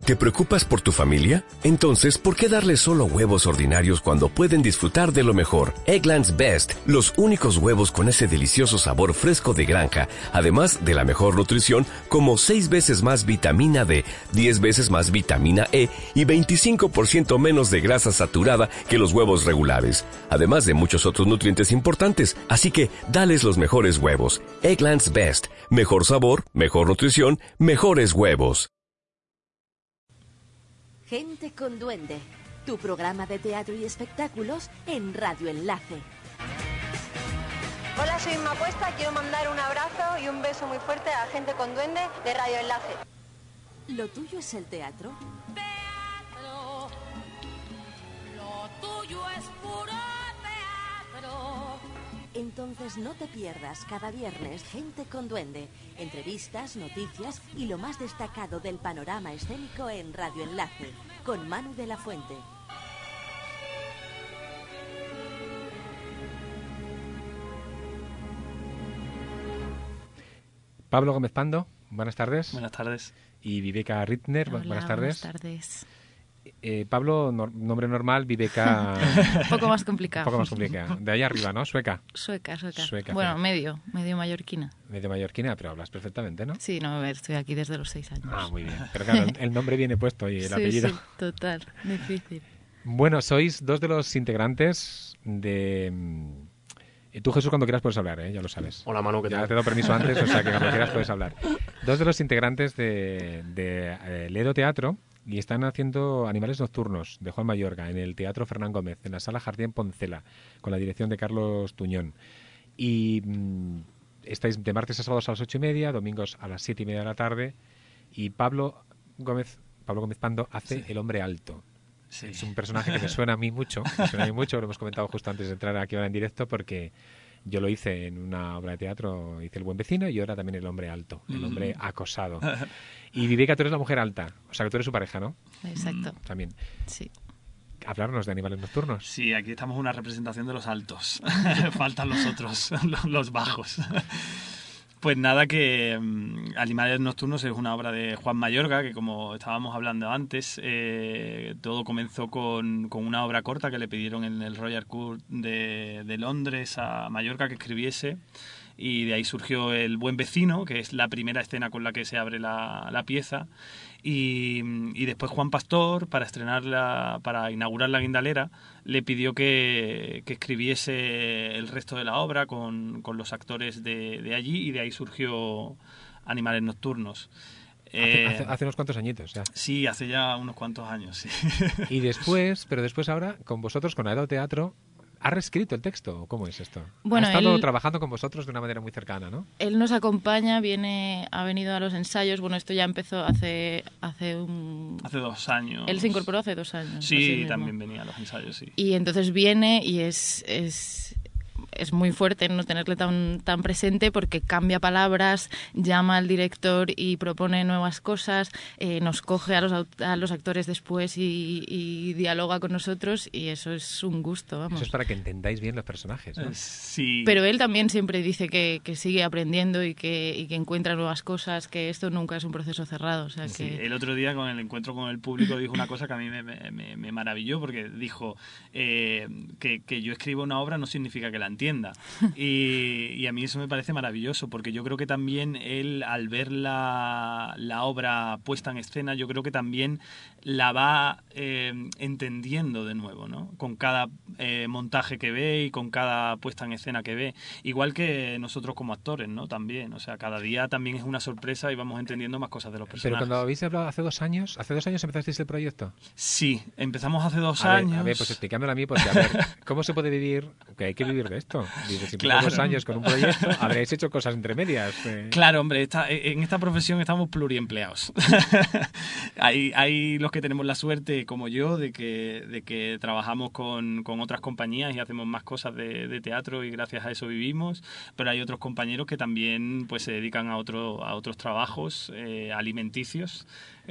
¿Te preocupas por tu familia? Entonces, ¿por qué darles solo huevos ordinarios cuando pueden disfrutar de lo mejor? Eggland's Best, los únicos huevos con ese delicioso sabor fresco de granja, además de la mejor nutrición, como 6 veces más vitamina D, 10 veces más vitamina E y 25% menos de grasa saturada que los huevos regulares, además de muchos otros nutrientes importantes. Así que, dales los mejores huevos. Eggland's Best, mejor sabor, mejor nutrición, mejores huevos. Gente con Duende, tu programa de teatro y espectáculos en Radio Enlace. Hola, soy Inma Cuesta, quiero mandar un abrazo y un beso muy fuerte a Gente con Duende de Radio Enlace. ¿Lo tuyo es el teatro? Teatro, lo tuyo es puro teatro. Entonces no te pierdas cada viernes Gente con Duende, entrevistas, noticias y lo más destacado del panorama escénico en Radio Enlace, con Manu de la Fuente. Pablo Gómez Pando, buenas tardes. Buenas tardes. Y Viveka Rittner, Hola, buenas tardes. Buenas tardes. Pablo, nombre normal, Viveka... Un poco más complicado. Un poco más complicado. De ahí arriba, ¿no? Sueca. Sueca. Sueca, bueno, sí. medio mallorquina. Medio mallorquina, pero hablas perfectamente, ¿no? Sí, no, estoy aquí desde los 6 años. Ah, muy bien. Pero claro, el nombre viene puesto y el apellido. Sí, total, difícil. Bueno, sois dos de los integrantes de... Tú, Jesús, cuando quieras puedes hablar, ya lo sabes. Hola, Manu, ¿qué tal? Ya te doy permiso antes, o sea que cuando quieras puedes hablar. Dos de los integrantes de Ledo Teatro, y están haciendo Animales Nocturnos, de Juan Mayorga, en el Teatro Fernán Gómez, en la Sala Jardín Poncela, con la dirección de Carlos Tuñón. Y estáis de martes a sábados a las 8:30, domingos a las 7:30 de la tarde, y Pablo Gómez Pando hace El Hombre Alto. Sí. Es un personaje que me suena a mí mucho, lo hemos comentado justo antes de entrar aquí ahora en directo, porque yo lo hice en una obra de teatro, hice El Buen Vecino y ahora también El Hombre Alto, el hombre acosado. Y Viveka, tú eres la mujer alta, o sea que tú eres su pareja, ¿no? Exacto. También. Sí. Hablarnos de Animales Nocturnos. Sí, aquí estamos una representación de los altos. Faltan los otros, los bajos. Pues nada, que Animales Nocturnos es una obra de Juan Mayorga, que como estábamos hablando antes, todo comenzó con una obra corta que le pidieron en el Royal Court de Londres a Mayorga que escribiese, y de ahí surgió El Buen Vecino, que es la primera escena con la que se abre la pieza, y después Juan Pastor, para inaugurar la Guindalera, le pidió que escribiese el resto de la obra con los actores de allí, y de ahí surgió Animales Nocturnos. Hace unos cuantos añitos ya. Sí, hace ya unos cuantos años, sí. Y después ahora, con vosotros, con Ledo Teatro, ¿ha reescrito el texto? ¿Cómo es esto? Bueno, ha estado trabajando con vosotros de una manera muy cercana, ¿no? Él nos acompaña, ha venido a los ensayos. Bueno, esto ya empezó hace 2 años. Él se incorporó hace 2 años. Sí, también venía a los ensayos, sí. Y entonces viene y es muy fuerte no tenerle tan presente, porque cambia palabras, llama al director y propone nuevas cosas, nos coge a los actores después y dialoga con nosotros, y eso es un gusto, vamos. Eso es para que entendáis bien los personajes, ¿no? Sí. Pero él también siempre dice que sigue aprendiendo y que encuentra nuevas cosas, que esto nunca es un proceso cerrado. O sea, sí, que... El otro día, con el encuentro con el público, dijo una cosa que a mí me maravilló, porque dijo que yo escribo una obra no significa que la entienda. Y a mí eso me parece maravilloso, porque yo creo que también él, al ver la obra puesta en escena, yo creo que también la va entendiendo de nuevo, ¿no? Con cada montaje que ve y con cada puesta en escena que ve. Igual que nosotros como actores, ¿no? También, o sea, cada día también es una sorpresa y vamos entendiendo más cosas de los personajes. Pero cuando habéis hablado hace 2 años empezasteis el proyecto. Sí, empezamos hace 2 años. A ver, pues explicándolo a mí, porque a ver, ¿cómo se puede vivir? Que hay que vivir de esto. Dices, si claro. 2 años con un proyecto, habréis hecho cosas entre medias. Claro, hombre, en esta profesión estamos pluriempleados. hay los que tenemos la suerte, como yo, de que trabajamos con otras compañías y hacemos más cosas de teatro, y gracias a eso vivimos, pero hay otros compañeros que también pues se dedican a otros trabajos alimenticios,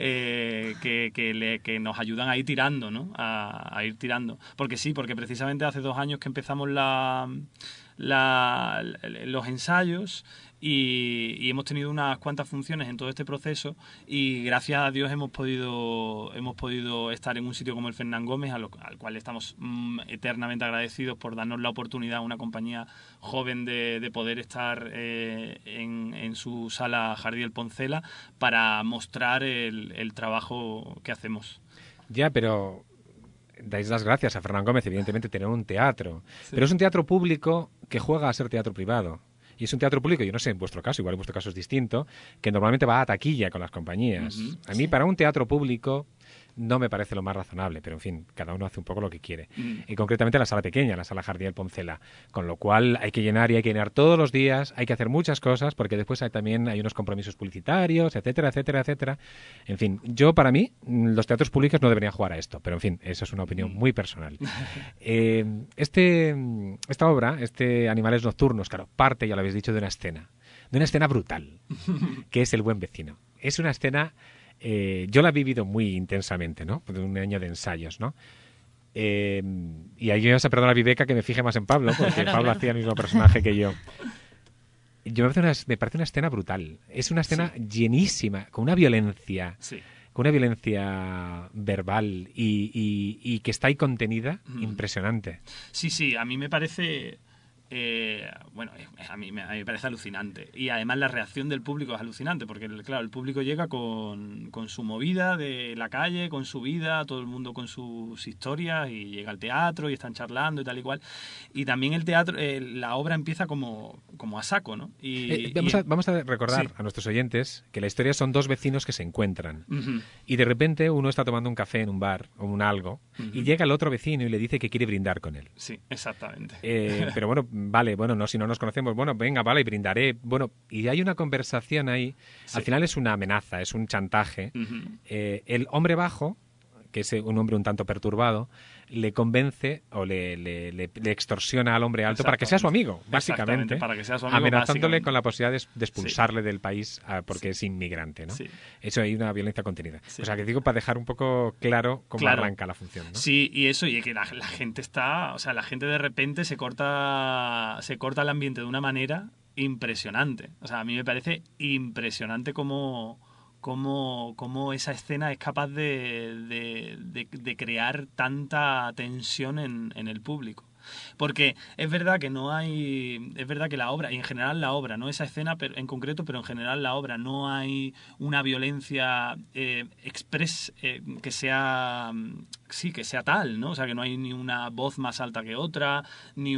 que nos ayudan a ir tirando, ¿no? A ir tirando. Porque precisamente hace 2 años que empezamos los ensayos, y hemos tenido unas cuantas funciones en todo este proceso y gracias a Dios hemos podido estar en un sitio como el Fernán Gómez, al cual estamos eternamente agradecidos por darnos la oportunidad, una compañía joven, de poder estar en su sala Jardiel Poncela para mostrar el trabajo que hacemos. Ya, pero dais las gracias a Fernán Gómez, evidentemente, tener un teatro. Sí. Pero es un teatro público que juega a ser teatro privado. Y es un teatro público, yo no sé en vuestro caso, igual en vuestro caso es distinto, que normalmente va a taquilla con las compañías. A mí, para un teatro público, no me parece lo más razonable, pero en fin, cada uno hace un poco lo que quiere. Y concretamente la sala pequeña, la sala Jardiel Poncela, con lo cual hay que llenar y hay que llenar todos los días, hay que hacer muchas cosas, porque después también hay unos compromisos publicitarios, etcétera, etcétera, etcétera. En fin, para mí, los teatros públicos no deberían jugar a esto, pero en fin, eso es una opinión muy personal. Esta obra, Animales Nocturnos, claro, parte, ya lo habéis dicho, de una escena brutal, que es El Buen Vecino. Es una escena... yo la he vivido muy intensamente, ¿no? De un año de ensayos, ¿no? Y ahí yo se perdona a Viveca que me fije más en Pablo, porque Pablo hacía el mismo personaje que yo. Me parece una escena brutal. Es una escena llenísima, con una violencia, con una violencia verbal y que está ahí contenida, impresionante. Sí, a mí me parece... a mí me parece alucinante. Y además la reacción del público es alucinante, porque claro, el público llega con su movida de la calle, con su vida, todo el mundo con sus historias, y llega al teatro y están charlando y tal y cual. Y también el teatro, la obra empieza como a saco, ¿no? Vamos a recordar a nuestros oyentes que la historia son dos vecinos que se encuentran y de repente uno está tomando un café en un bar o un algo y llega el otro vecino y le dice que quiere brindar con él. Sí, exactamente. Pero bueno, vale, no, si no nos conocemos, bueno, venga, vale, brindaré. Bueno, y hay una conversación ahí. Al final es una amenaza, es un chantaje. El hombre bajo, que es un hombre un tanto perturbado, le convence o le extorsiona al hombre alto para que sea su amigo, básicamente, para que sea su amigo, amenazándole con la posibilidad de expulsarle del país porque es inmigrante, ¿no? Eso hay una violencia contenida. O sea, que digo para dejar un poco claro cómo arranca la función, ¿no? Sí, y eso, y que la gente está, o sea, la gente de repente se corta el ambiente de una manera impresionante. O sea, a mí me parece impresionante cómo esa escena es capaz de crear tanta tensión en el público. Porque es verdad que la obra, y en general la obra, no esa escena en concreto, pero en general la obra, no hay una violencia express que sea tal, ¿no? O sea, que no hay ni una voz más alta que otra, ni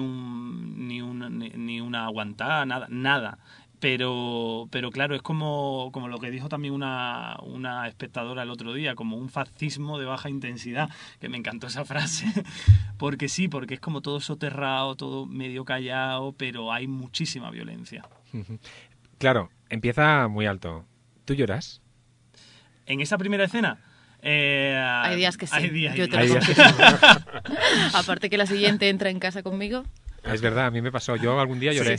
una aguantada, nada. Pero claro, es como lo que dijo también una espectadora el otro día, como un fascismo de baja intensidad, que me encantó esa frase, porque es como todo soterrado, todo medio callado, pero hay muchísima violencia. Claro, empieza muy alto. ¿Tú lloras? ¿En esa primera escena? Hay días que sí. Yo te lo confieso. Aparte que la siguiente entra en casa conmigo. Es verdad, a mí me pasó. Yo algún día lloré.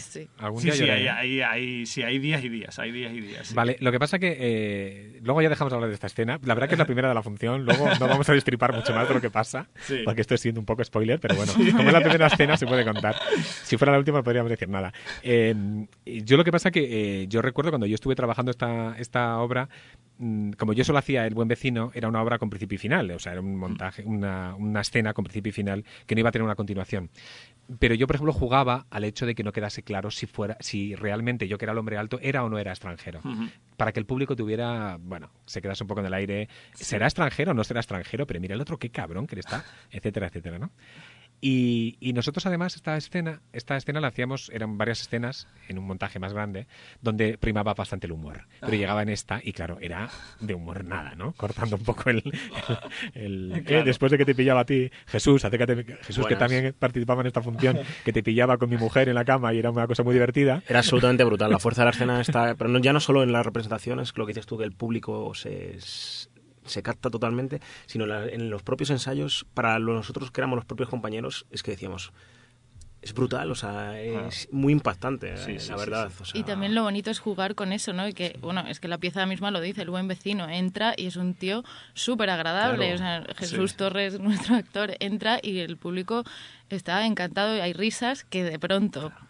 Hay días y días. Sí. Vale, lo que pasa que luego ya dejamos de hablar de esta escena. La verdad que es la primera de la función. Luego no vamos a destripar mucho más de lo que pasa, porque esto es siendo un poco spoiler, pero bueno, como es la primera escena se puede contar. Si fuera la última no podríamos decir nada. Yo lo que pasa que yo recuerdo cuando yo estuve trabajando esta obra, como yo solo hacía El Buen Vecino, era una obra con principio y final. O sea, era un montaje, una escena con principio y final que no iba a tener una continuación. Pero yo, por ejemplo, jugaba al hecho de que no quedase claro si realmente yo, que era el hombre alto, era o no era extranjero. Para que el público se quedase un poco en el aire. ¿Será extranjero o no será extranjero? Pero mira el otro, qué cabrón que le está, etcétera, etcétera, ¿no? Y nosotros además esta escena la hacíamos, eran varias escenas en un montaje más grande donde primaba bastante el humor, pero llegaba en esta y claro, era de humor nada, ¿no? Cortando un poco claro. Después de que te pillaba a ti, Jesús, acércate, Jesús, que también participaba en esta función, que te pillaba con mi mujer en la cama y era una cosa muy divertida. Era absolutamente brutal, la fuerza de la escena está, pero ya no solo en las representaciones, lo que dices tú, que el público se capta totalmente, sino en los propios ensayos, para nosotros que éramos los propios compañeros, es que decíamos, es brutal, o sea, es muy impactante, la verdad. Sí. O sea... Y también lo bonito es jugar con eso, ¿no? Y que, es que la pieza misma lo dice, El Buen Vecino entra y es un tío súper agradable. Claro. O sea, Jesús Torres, nuestro actor, entra y el público está encantado y hay risas que de pronto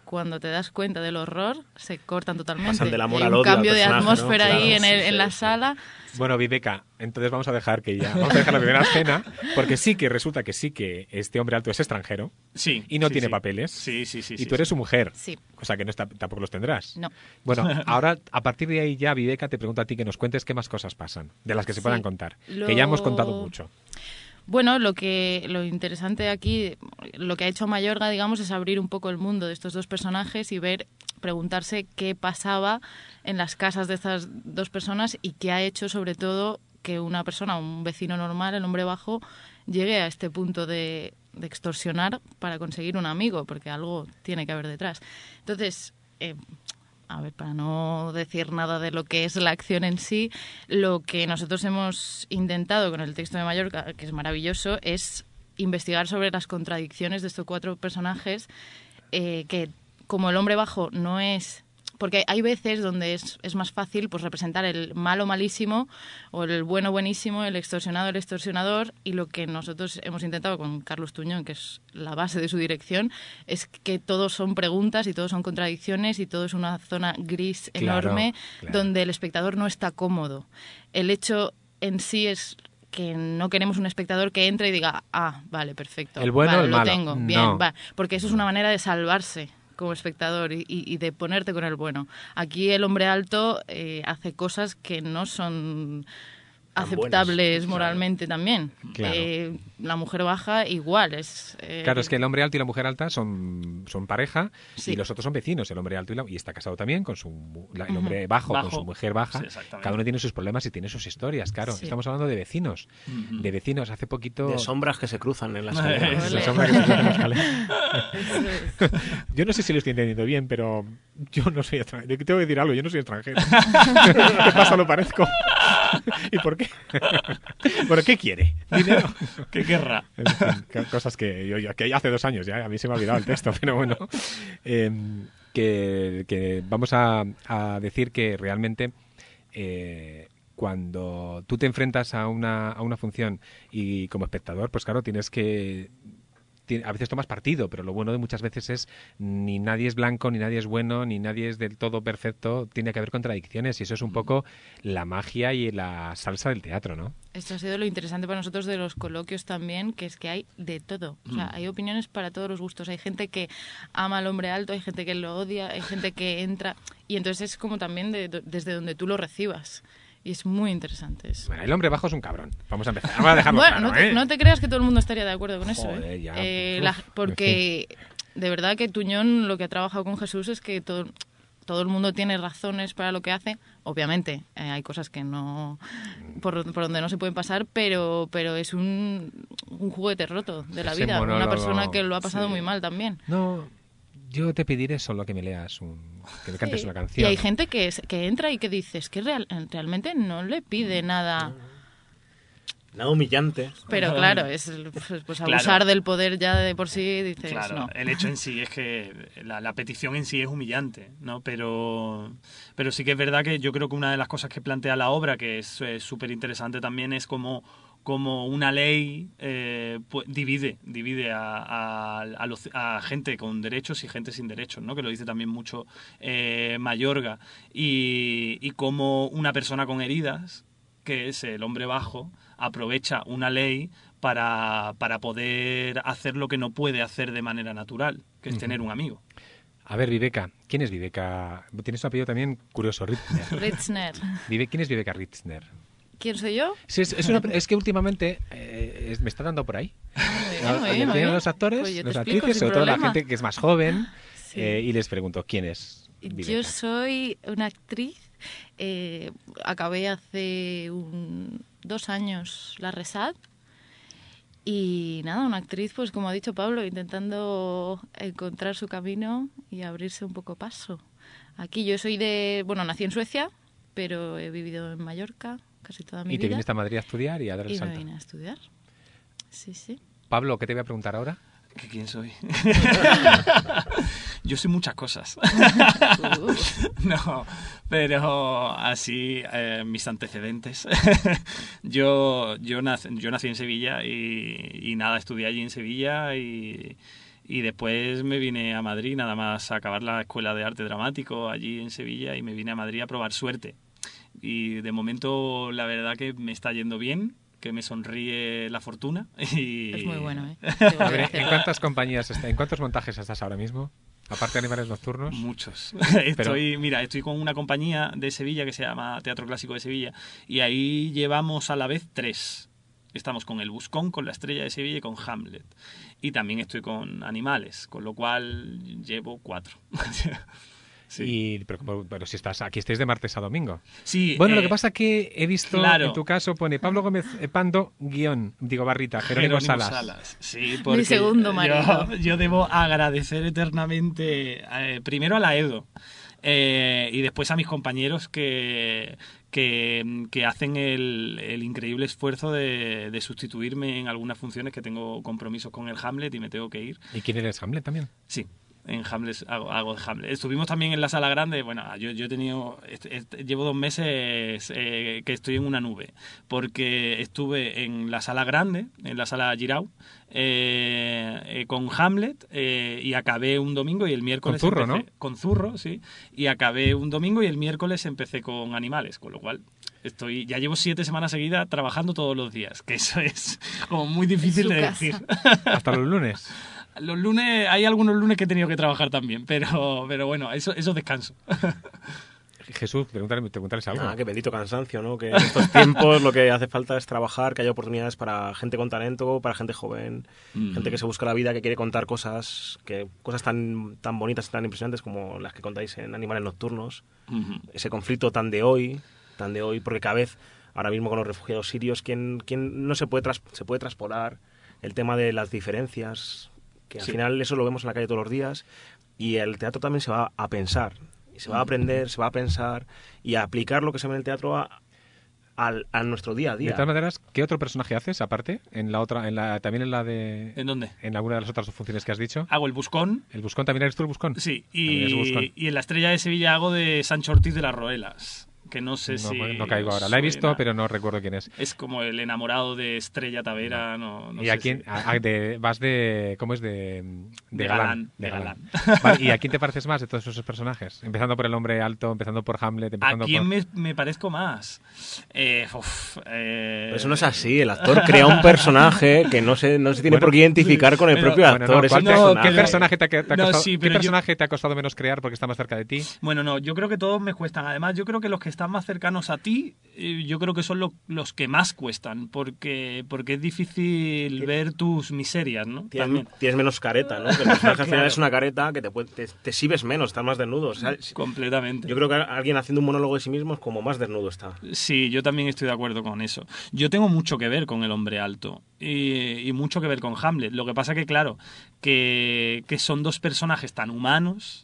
cuando te das cuenta del horror, se cortan totalmente. Pasan del amor Hay al un odio al cambio de personaje, atmósfera ¿no? ahí Claro, en la sala. Bueno, Viveka, entonces vamos a dejar la primera escena, porque sí que resulta que este hombre alto es extranjero y no tiene papeles. Sí. Y tú eres su mujer, Sí. cosa que tampoco los tendrás. No. Bueno, ahora a partir de ahí ya, Viveka, te pregunto a ti que nos cuentes qué más cosas pasan, de las que se puedan contar, que ya hemos contado mucho. Bueno, lo interesante aquí, lo que ha hecho Mayorga, digamos, es abrir un poco el mundo de estos dos personajes y preguntarse qué pasaba en las casas de estas dos personas y qué ha hecho, sobre todo, que una persona, un vecino normal, el hombre bajo, llegue a este punto de extorsionar para conseguir un amigo, porque algo tiene que haber detrás. Entonces, a ver, para no decir nada de lo que es la acción en sí, lo que nosotros hemos intentado con el texto de Mayorga, que es maravilloso, es investigar sobre las contradicciones de estos 4 personajes, que como el hombre bajo no es... Porque hay veces donde es más fácil pues representar el malo malísimo o el bueno buenísimo, el extorsionado el extorsionador, y lo que nosotros hemos intentado con Carlos Tuñón, que es la base de su dirección, es que todos son preguntas y todos son contradicciones y todo es una zona gris enorme donde el espectador no está cómodo. El hecho en sí es que no queremos un espectador que entre y diga, vale, perfecto, el bueno vale, el lo malo. tengo, bien, va, porque eso es una manera de salvarse como espectador y de ponerte con el bueno. Aquí el hombre alto hace cosas que no son aceptables buenas, moralmente también. Claro. La mujer baja igual. Claro, es que el hombre alto y la mujer alta son pareja sí. Y los otros son vecinos. El hombre alto y está casado también con el hombre bajo con su mujer baja. Sí, cada uno tiene sus problemas y tiene sus historias, claro. Sí. Estamos hablando de vecinos. De vecinos. Hace poquito... De sombras que se cruzan en la escalera. De sombras que se cruzan en la escalera. Yo no sé si lo estoy entendiendo bien, pero yo no soy extranjero. Yo tengo que decir algo, yo no soy extranjero. ¿Qué pasa? Lo parezco. ¿Y por qué? ¿Por qué quiere? ¿Dinero? ¿Qué querrá? En fin, cosas que hace 2 años ya, a mí se me ha olvidado el texto, pero bueno. Que vamos a decir que realmente cuando tú te enfrentas a una función y como espectador, pues claro, tienes que... A veces tomas partido, pero lo bueno de muchas veces es ni nadie es blanco, ni nadie es bueno, ni nadie es del todo perfecto. Tiene que haber contradicciones y eso es un poco la magia y la salsa del teatro, ¿no? Esto ha sido lo interesante para nosotros de los coloquios también, que es que hay de todo. O sea, hay opiniones para todos los gustos. Hay gente que ama al hombre alto, hay gente que lo odia, hay gente que entra... Y entonces es como también desde donde tú lo recibas. Y es muy interesante eso. Bueno, el hombre bajo es un cabrón. Vamos a empezar. Vamos a dejarlo bueno, claro, no te creas que todo el mundo estaría de acuerdo con eso. Joder, ya. Porque de verdad que Tuñón lo que ha trabajado con Jesús es que todo el mundo tiene razones para lo que hace. Obviamente, hay cosas que no por donde no se pueden pasar, pero es un juguete roto de la vida. Una persona que lo ha pasado muy mal también. No, yo te pediré solo que me leas que me cantes una canción. Y hay gente que entra y que dices que realmente no le pide nada. Nada humillante. Pero claro, es pues abusar del poder ya de por sí, dices, claro, no. El hecho en sí es que la petición en sí es humillante, ¿no? Pero sí que es verdad que yo creo que una de las cosas que plantea la obra, que es súper interesante también, es como una ley pues divide a gente con derechos y gente sin derechos, ¿no? Que lo dice también mucho Mayorga. Y como una persona con heridas, que es el hombre bajo, aprovecha una ley para poder hacer lo que no puede hacer de manera natural, que es tener un amigo. A ver, Viveka, ¿quién es Viveka? Tienes un apellido también curioso, Ritzner. ¿Quién es Viveka Ritzner? ¿Quién soy yo? Sí, es que últimamente me está dando por ahí. Muy bien. Los actores, pues las actrices, sobre todo la gente que es más joven, sí. Y les pregunto, ¿quién es Viveka? Yo soy una actriz. Acabé hace 2 años la RESAD y nada, una actriz, pues como ha dicho Pablo, intentando encontrar su camino y abrirse un poco paso. Aquí yo soy nací en Suecia, pero he vivido en Mallorca casi toda mi vida. ¿Y te viniste a Madrid a estudiar y a dar el salto? Y me vine a estudiar, sí. Pablo, ¿qué te voy a preguntar ahora? ¿Quién soy? Yo soy muchas cosas. No, pero así mis antecedentes. Yo nací en Sevilla y nada, estudié allí en Sevilla y Y después me vine a Madrid, nada más a acabar la Escuela de Arte Dramático allí en Sevilla, y me vine a Madrid a probar suerte. Y de momento la verdad que me está yendo bien, que me sonríe la fortuna. Y... Es muy bueno, ¿eh? A ver, ¿en cuántas compañías, en cuántos montajes estás ahora mismo? Aparte de Animales Nocturnos. Muchos. Estoy con una compañía de Sevilla que se llama Teatro Clásico de Sevilla, y ahí llevamos a la vez 3. Estamos con El Buscón, con La Estrella de Sevilla y con Hamlet. Y también estoy con Animales, con lo cual llevo 4. Sí. Pero si estás aquí, estáis de martes a domingo. Sí. Bueno, lo que pasa que he visto, claro. En tu caso pone Pablo Gómez Pando, barrita, Jerónimo Salas. Sí, porque mi segundo marido. Yo debo agradecer eternamente primero a la Edo y después a mis compañeros que hacen el increíble esfuerzo de sustituirme en algunas funciones, que tengo compromisos con el Hamlet y me tengo que ir. ¿Y quién eres, Hamlet también? Sí. En Hamlet hago de Hamlet. Estuvimos también en la Sala Grande. Bueno, yo he tenido... llevo 2 meses que estoy en una nube, porque estuve en la Sala Grande, en la Sala Girau, con Hamlet, y acabé un domingo, y el miércoles... Con Zurro, empecé, ¿no? Con Zurro, sí. Y acabé un domingo, y el miércoles empecé con Animales, con lo cual... Ya llevo 7 semanas seguidas trabajando todos los días, que eso es como muy difícil de decir. Hasta los lunes. Los lunes, hay algunos lunes que he tenido que trabajar también, pero bueno, eso descanso. Jesús, pregúntales algo. Qué bendito cansancio, ¿no? Que en estos tiempos lo que hace falta es trabajar, que haya oportunidades para gente con talento, para gente joven, gente que se busca la vida, que quiere contar cosas tan bonitas y tan impresionantes como las que contáis en Animales Nocturnos. Ese conflicto tan de hoy, porque cada vez, ahora mismo con los refugiados sirios, ¿quién no se puede traspolar el tema de las diferencias? Que al final eso lo vemos en la calle todos los días, y el teatro también se va a pensar, y se va a aprender, se va a pensar y a aplicar lo que se ve en el teatro a nuestro día a día. De todas maneras, ¿qué otro personaje haces aparte? También en la de... ¿En dónde? En alguna de las otras funciones que has dicho. Hago el Buscón. ¿El Buscón? ¿También eres tú el Buscón? Sí, y en La Estrella de Sevilla hago de Sancho Ortiz de las Roelas. Que no sé si... No caigo ahora. La he visto, pero no recuerdo quién es. Es como el enamorado de Estrella Tavera, no ¿Y sé a quién? Vas de... ¿Cómo es? De galán. De galán. Vale, ¿y a quién te pareces más de todos esos personajes? Empezando por el hombre alto, empezando por Hamlet, empezando ¿A quién me parezco más? Pero eso no es así. El actor crea un personaje que no se tiene por qué identificar con el propio actor. ¿Qué personaje te ha costado menos crear porque está más cerca de ti? Bueno, no, yo creo que todos me cuestan. Además, yo creo que los que están más cercanos a ti, yo creo que son los que más cuestan, porque es difícil ver tus miserias, ¿no? Tienes menos careta, ¿no? Que el personaje al final es una careta que te exhibes menos, estás más desnudo. O sea, completamente. Yo creo que alguien haciendo un monólogo de sí mismo es como más desnudo está. Sí, yo también estoy de acuerdo con eso. Yo tengo mucho que ver con el hombre alto y mucho que ver con Hamlet. Lo que pasa que, claro, que son 2 personajes tan humanos,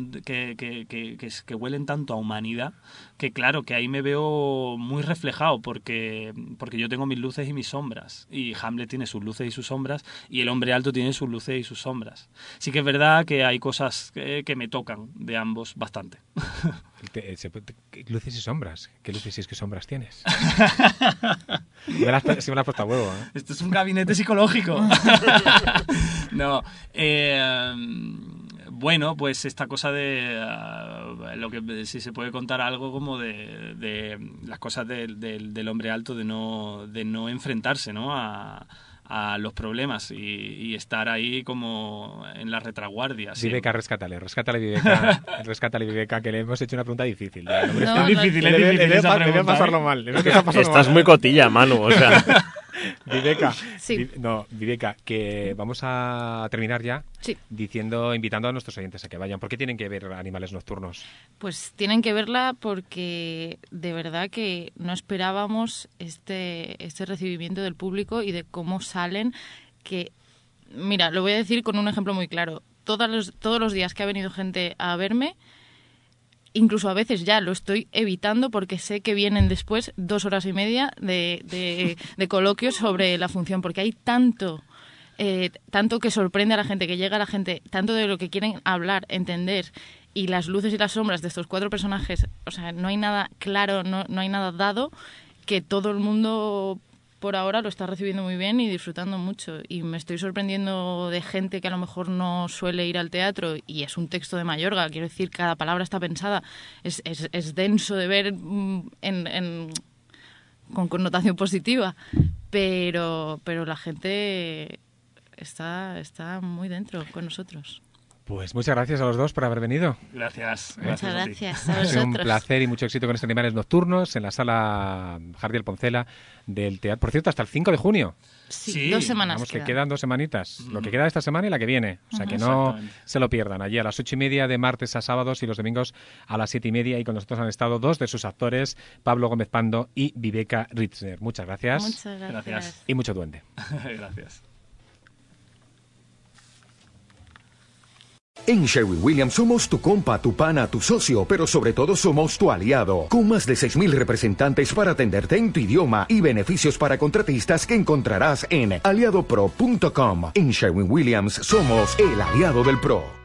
que huelen tanto a humanidad, que claro, que ahí me veo muy reflejado, porque yo tengo mis luces y mis sombras, y Hamlet tiene sus luces y sus sombras, y el hombre alto tiene sus luces y sus sombras. Sí que es verdad que hay cosas que me tocan de ambos bastante. Luces y sombras. ¿Qué luces y sombras tienes? Si me la has puesto a huevo, ¿eh? Esto es un gabinete psicológico. No, bueno, pues esta cosa de lo que si se puede contar algo como de las cosas del hombre alto, de no enfrentarse, ¿no? a los problemas y estar ahí como en la retaguardia. Viveca, rescátale Viveca, que le hemos hecho una pregunta difícil. Es difícil esa pregunta. Debe pasarlo mal. Estás muy cotilla, Manu, o sea... Viveca, sí. Viveca, que vamos a terminar ya sí. invitando a nuestros oyentes a que vayan. ¿Por qué tienen que ver Animales Nocturnos? Pues tienen que verla porque de verdad que no esperábamos este recibimiento del público y de cómo salen. Que, mira, lo voy a decir con un ejemplo muy claro. Todos los días que ha venido gente a verme, incluso a veces ya lo estoy evitando porque sé que vienen después 2 horas y media de coloquios sobre la función, porque hay tanto que sorprende a la gente, que llega a la gente, tanto de lo que quieren hablar, entender, y las luces y las sombras de estos 4 personajes, o sea, no hay nada claro, no hay nada dado, que todo el mundo por ahora lo está recibiendo muy bien y disfrutando mucho. Y me estoy sorprendiendo de gente que a lo mejor no suele ir al teatro y es un texto de Mayorga, quiero decir, cada palabra está pensada, es denso de ver con connotación positiva, pero la gente está muy dentro con nosotros. Pues muchas gracias a los dos por haber venido. Gracias. Muchas gracias a Ha sido un vosotros. placer y mucho éxito con estos Animales Nocturnos en la sala Jardiel Poncela del teatro. Por cierto, hasta el 5 de junio. Sí, 2 semanas Vamos, que quedan. quedan 2 semanitas. Lo que queda de esta semana y la que viene. O sea, que no se lo pierdan. Allí a las 8:30 de martes a sábados y los domingos a las 7:30. Y con nosotros han estado 2 de sus actores, Pablo Gómez Pando y Viveca Ritzner. Muchas gracias. Muchas gracias. Y mucho duende. Gracias. En Sherwin-Williams somos tu compa, tu pana, tu socio, pero sobre todo somos tu aliado. Con más de 6,000 representantes para atenderte en tu idioma y beneficios para contratistas que encontrarás en aliadopro.com. En Sherwin-Williams somos el aliado del pro.